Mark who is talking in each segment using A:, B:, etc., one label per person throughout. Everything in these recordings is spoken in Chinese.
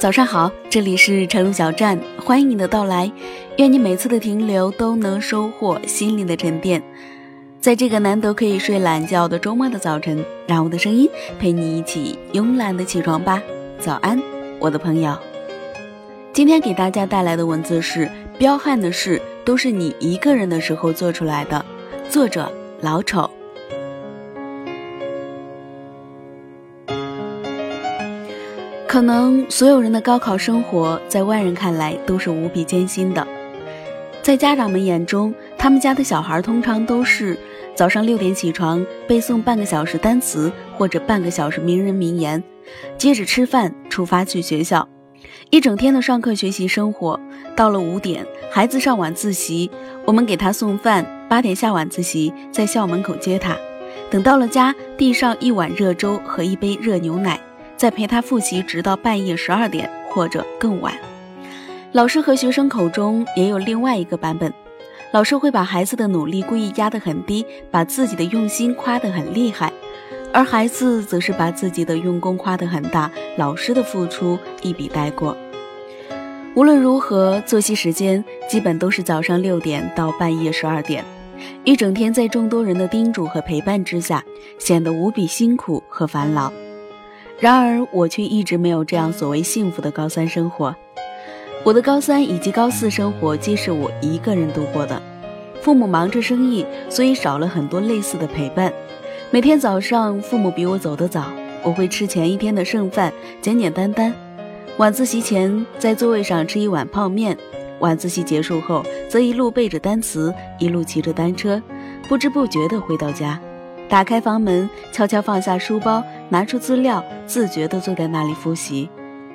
A: 早上好，这里是晨露小站，欢迎你的到来。愿你每次的停留都能收获心灵的沉淀。在这个难得可以睡懒觉的周末的早晨，让我的声音陪你一起慵懒的起床吧。早安，我的朋友。今天给大家带来的文字是：彪悍的事都是你一个人的时候做出来的。作者老丑。可能所有人的高考生活在外人看来都是无比艰辛的，在家长们眼中，他们家的小孩通常都是早上6点起床，背诵半个小时单词或者半个小时名人名言，接着吃饭出发去学校，一整天的上课学习生活。到了5点，孩子上晚自习，我们给他送饭，8点下晚自习，在校门口接他，等到了家，递上一碗热粥和一杯热牛奶，再陪他复习直到半夜12点或者更晚。老师和学生口中也有另外一个版本，老师会把孩子的努力故意压得很低，把自己的用心夸得很厉害，而孩子则是把自己的用功夸得很大，老师的付出一笔带过。无论如何，作息时间基本都是早上6点到半夜12点，一整天在众多人的叮嘱和陪伴之下，显得无比辛苦和烦劳。然而我却一直没有这样所谓幸福的高三生活。我的高3以及高4生活皆是我一个人度过的。父母忙着生意，所以少了很多类似的陪伴。每天早上父母比我走得早，我会吃前一天的剩饭，简简单单。晚自习前在座位上吃一碗泡面，晚自习结束后则一路背着单词，一路骑着单车，不知不觉地回到家，打开房门，悄悄放下书包，拿出资料，自觉地坐在那里复习。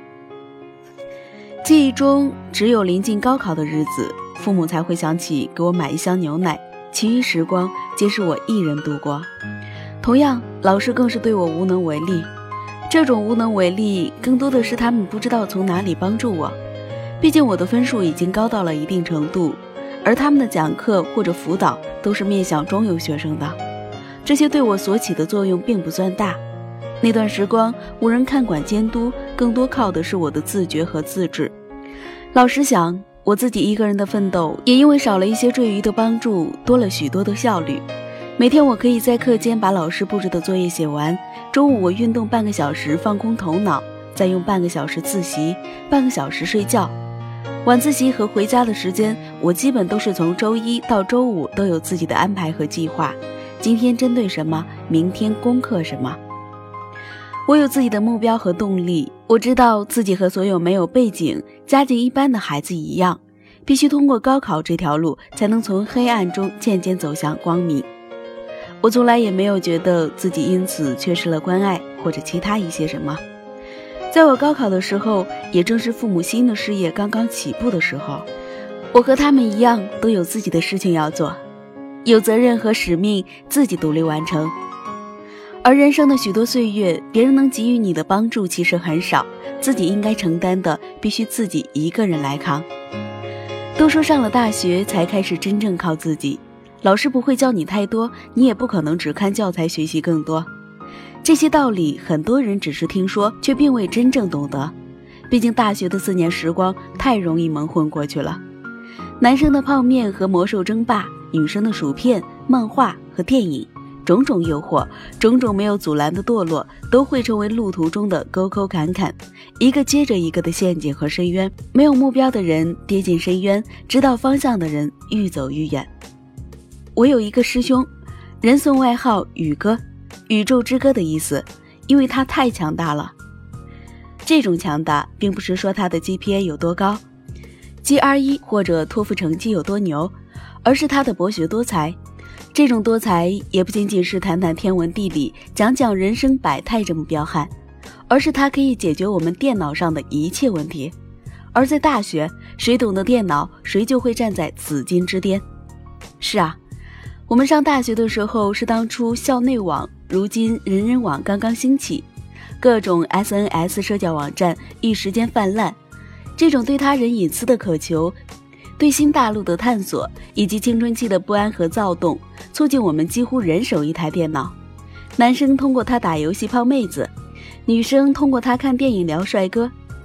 A: 记忆中只有临近高考的日子，父母才会想起给我买一箱牛奶，其余时光皆是我一人度过。同样，老师更是对我无能为力。这种无能为力更多的是他们不知道从哪里帮助我，毕竟我的分数已经高到了一定程度，而他们的讲课或者辅导都是面向中游学生的，这些对我所起的作用并不算大。那段时光无人看管监督，更多靠的是我的自觉和自制。老实想，我自己一个人的奋斗也因为少了一些赘余的帮助，多了许多的效率。每天我可以在课间把老师布置的作业写完，中午我运动半个小时放空头脑，再用半个小时自习，半个小时睡觉。晚自习和回家的时间，我基本都是从周一到周五都有自己的安排和计划，今天针对什么，明天攻克什么。我有自己的目标和动力，我知道自己和所有没有背景、家境一般的孩子一样，必须通过高考这条路，才能从黑暗中渐渐走向光明。我从来也没有觉得自己因此缺失了关爱或者其他一些什么。在我高考的时候，也正是父母新的事业刚刚起步的时候，我和他们一样都有自己的事情要做，有责任和使命自己独立完成。而人生的许多岁月，别人能给予你的帮助其实很少，自己应该承担的必须自己一个人来扛。都说上了大学才开始真正靠自己，老师不会教你太多，你也不可能只看教材学习更多。这些道理很多人只是听说，却并未真正懂得。毕竟大学的4年时光太容易蒙混过去了。男生的泡面和魔兽争霸，女生的薯片、漫画和电影，种种诱惑，种种没有阻拦的堕落，都会成为路途中的沟沟坎坎，一个接着一个的陷阱和深渊。没有目标的人跌进深渊，知道方向的人愈走愈远。我有一个师兄，人送外号宇哥，宇宙之歌的意思，因为他太强大了。这种强大并不是说他的 GPA 有多高， GRE 或者托福成绩有多牛，而是他的博学多才。这种多才也不仅仅是谈谈天文地理，讲讲人生百态这么彪悍，而是他可以解决我们电脑上的一切问题。而在大学，谁懂得电脑，谁就会站在紫金之巅。是啊，我们上大学的时候是当初校内网，如今人人网刚刚兴起，各种 SNS 社交网站一时间泛滥。这种对他人隐私的渴求，对新大陆的探索，以及青春期的不安和躁动，促进我们几乎人手一台电脑。男生通过他打游戏泡妹子，女生通过他看电影聊帅哥，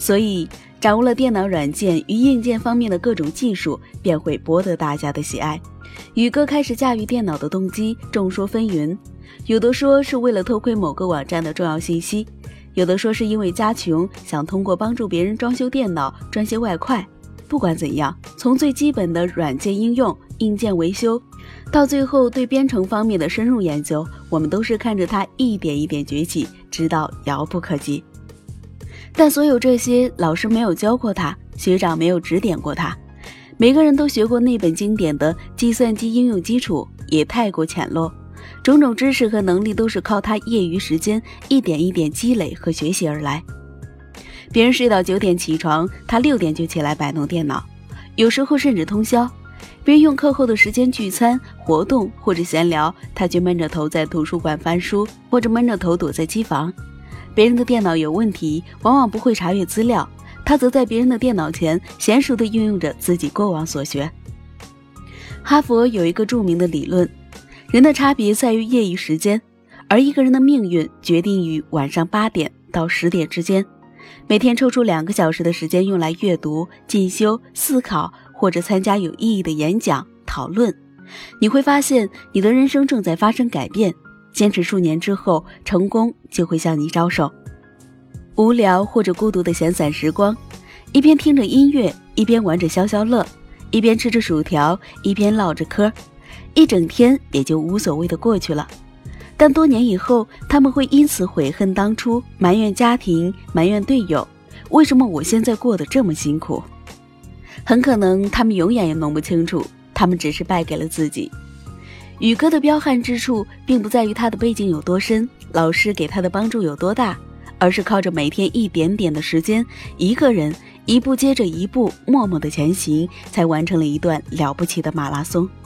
A: 所以掌握了电脑软件与硬件方面的各种技术，便会博得大家的喜爱。宇哥开始驾驭电脑的动机众说纷纭，有的说是为了偷窥某个网站的重要信息，有的说是因为家穷，想通过帮助别人装修电脑赚些外快。不管怎样，从最基本的软件应用、硬件维修，到最后对编程方面的深入研究，我们都是看着他一点一点崛起，直到遥不可及。但所有这些，老师没有教过他，学长没有指点过他。每个人都学过那本经典的计算机应用基础，也太过浅陋，种种知识和能力都是靠他业余时间一点一点积累和学习而来。别人睡到9点起床，他6点就起来摆弄电脑，有时候甚至通宵。别人用课后的时间聚餐、活动或者闲聊，他却闷着头在图书馆翻书，或者闷着头躲在机房。别人的电脑有问题，往往不会查阅资料，他则在别人的电脑前娴熟地运用着自己过往所学。哈佛有一个著名的理论，人的差别在于业余时间，而一个人的命运决定于晚上8点到10点之间。每天抽出2个小时的时间用来阅读、进修、思考，或者参加有意义的演讲、讨论，你会发现你的人生正在发生改变。坚持数年之后，成功就会向你招手。无聊或者孤独的闲散时光，一边听着音乐，一边玩着消消乐，一边吃着薯条，一边唠着嗑，一整天也就无所谓的过去了。但多年以后，他们会因此悔恨当初，埋怨家庭，埋怨队友，为什么我现在过得这么辛苦？很可能他们永远也弄不清楚，他们只是败给了自己。宇哥的彪悍之处并不在于他的背景有多深，老师给他的帮助有多大，而是靠着每天一点点的时间，一个人一步接着一步默默的前行，才完成了一段了不起的马拉松。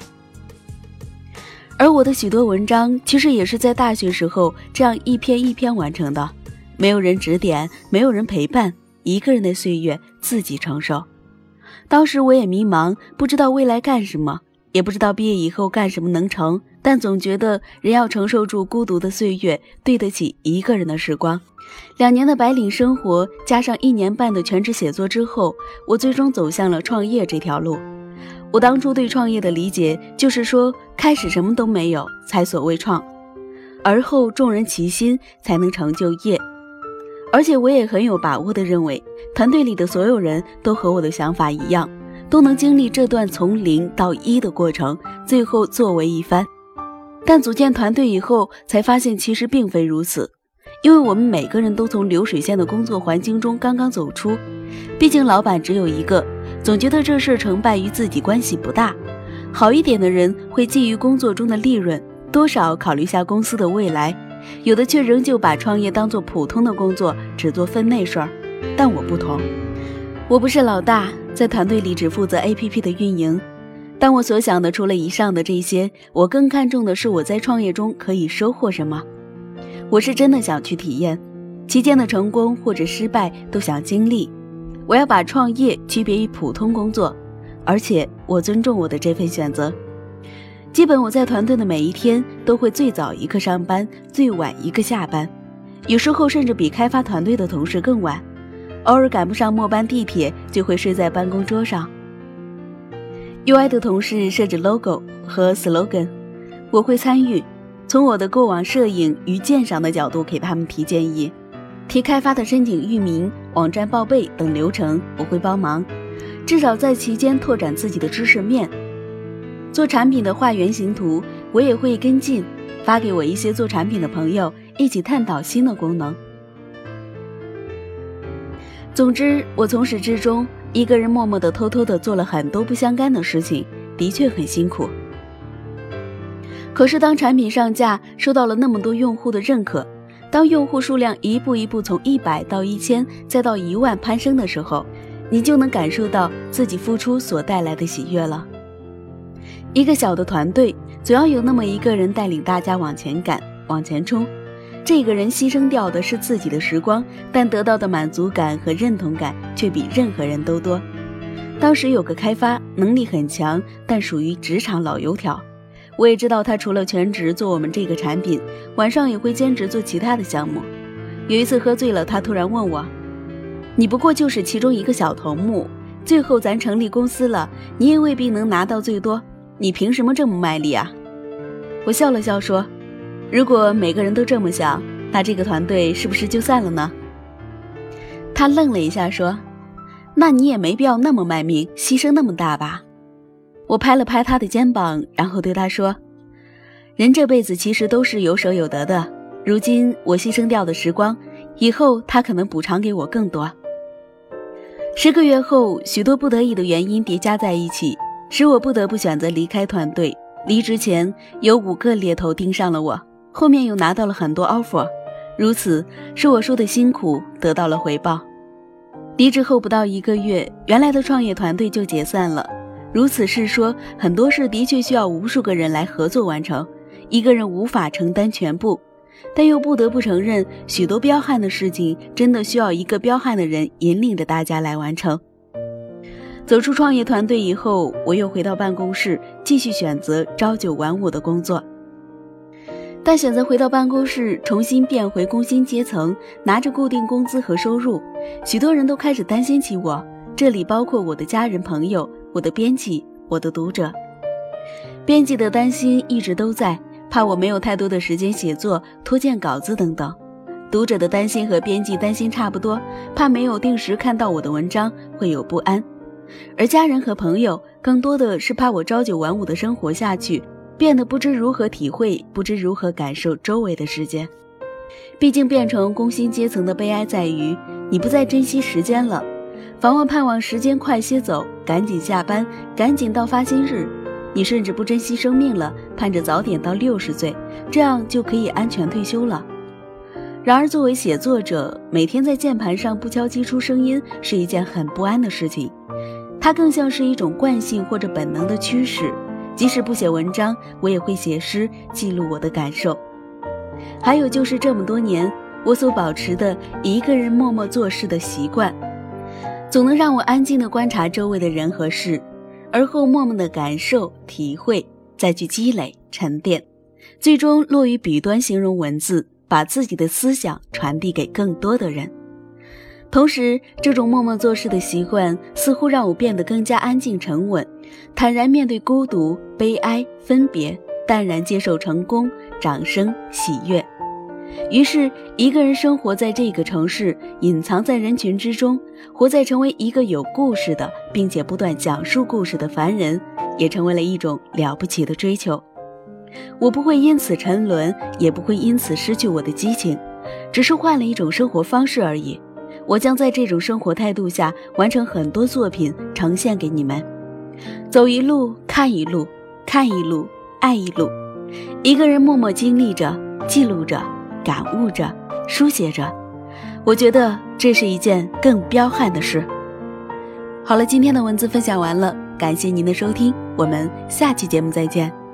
A: 而我的许多文章其实也是在大学时候这样一篇一篇完成的，没有人指点，没有人陪伴，一个人的岁月自己承受。当时我也迷茫，不知道未来干什么，也不知道毕业以后干什么能成，但总觉得人要承受住孤独的岁月，对得起一个人的时光。2年的白领生活加上1年半的全职写作之后，我最终走向了创业这条路。我当初对创业的理解就是说，开始什么都没有才所谓创，而后众人齐心才能成就业。而且我也很有把握地认为，团队里的所有人都和我的想法一样，都能经历这段从0到1的过程，最后作为一番。但组建团队以后才发现其实并非如此，因为我们每个人都从流水线的工作环境中刚刚走出，毕竟老板只有一个，总觉得这事成败与自己关系不大。好一点的人会基于工作中的利润，多少考虑下公司的未来，有的却仍旧把创业当作普通的工作，只做分内事儿。但我不同，我不是老大，在团队里只负责 APP 的运营。但我所想的除了以上的这些，我更看重的是我在创业中可以收获什么。我是真的想去体验，期间的成功或者失败都想经历。我要把创业区别于普通工作，而且我尊重我的这份选择。基本我在团队的每一天都会最早一个上班，最晚一个下班，有时候甚至比开发团队的同事更晚，偶尔赶不上末班地铁，就会睡在办公桌上。UI 的同事设置 logo 和 slogan， 我会参与，从我的过往摄影与鉴赏的角度给他们提建议，提开发的申请域名、网站报备等流程我会帮忙，至少在期间拓展自己的知识面。做产品的画原型图我也会跟进，发给我一些做产品的朋友，一起探讨新的功能。总之，我从始至终一个人默默地偷偷地做了很多不相干的事情，的确很辛苦。可是当产品上架，收到了那么多用户的认可，当用户数量一步一步从100到1000再到1万攀升的时候，你就能感受到自己付出所带来的喜悦了。一个小的团队总要有那么一个人带领大家往前赶，往前冲。这个人牺牲掉的是自己的时光，但得到的满足感和认同感却比任何人都多。当时有个开发能力很强，但属于职场老油条，我也知道他除了全职做我们这个产品，晚上也会兼职做其他的项目。有一次喝醉了，他突然问我， 你不过就是其中一个小头目，最后咱成立公司了，你也未必能拿到最多，你凭什么这么卖力啊？我笑了笑说，如果每个人都这么想，那这个团队是不是就散了呢？他愣了一下说，那你也没必要那么卖命，牺牲那么大吧。我拍了拍他的肩膀，然后对他说，人这辈子其实都是有舍有得的，如今我牺牲掉的时光，以后他可能补偿给我更多。10个月后，许多不得已的原因叠加在一起，使我不得不选择离开团队。离职前有5个猎头盯上了我，后面又拿到了很多 offer， 如此是我说的辛苦得到了回报。离职后不到1个月，原来的创业团队就解散了。如此是说，很多事的确需要无数个人来合作完成，一个人无法承担全部，但又不得不承认，许多彪悍的事情真的需要一个彪悍的人引领着大家来完成。走出创业团队以后，我又回到办公室，继续选择朝9晚5的工作。但选择回到办公室，重新变回工薪阶层，拿着固定工资和收入，许多人都开始担心起我，这里包括我的家人朋友，我的编辑，我的读者。编辑的担心一直都在，怕我没有太多的时间写作，拖欠稿子等等。读者的担心和编辑担心差不多，怕没有定时看到我的文章会有不安。而家人和朋友更多的是怕我朝9晚5的生活下去，变得不知如何体会，不知如何感受周围的世界。毕竟变成工薪阶层的悲哀在于，你不再珍惜时间了，反而盼望时间快些走，赶紧下班，赶紧到发薪日。你甚至不珍惜生命了，盼着早点到60岁，这样就可以安全退休了。然而作为写作者，每天在键盘上不敲击出声音是一件很不安的事情，它更像是一种惯性或者本能的驱使。即使不写文章，我也会写诗，记录我的感受。还有就是这么多年，我所保持的一个人默默做事的习惯，总能让我安静地观察周围的人和事，而后默默地感受、体会，再去积累、沉淀，最终落于笔端形容文字，把自己的思想传递给更多的人。同时，这种默默做事的习惯似乎让我变得更加安静沉稳，坦然面对孤独、悲哀、分别，淡然接受成功、掌声、喜悦。于是，一个人生活在这个城市，隐藏在人群之中，活在成为一个有故事的，并且不断讲述故事的凡人，也成为了一种了不起的追求。我不会因此沉沦，也不会因此失去我的激情，只是换了一种生活方式而已。我将在这种生活态度下完成很多作品，呈现给你们。走一路，看一路，看一路，爱一路。一个人默默经历着，记录着，感悟着，书写着。我觉得这是一件更彪悍的事。好了，今天的文字分享完了，感谢您的收听，我们下期节目再见。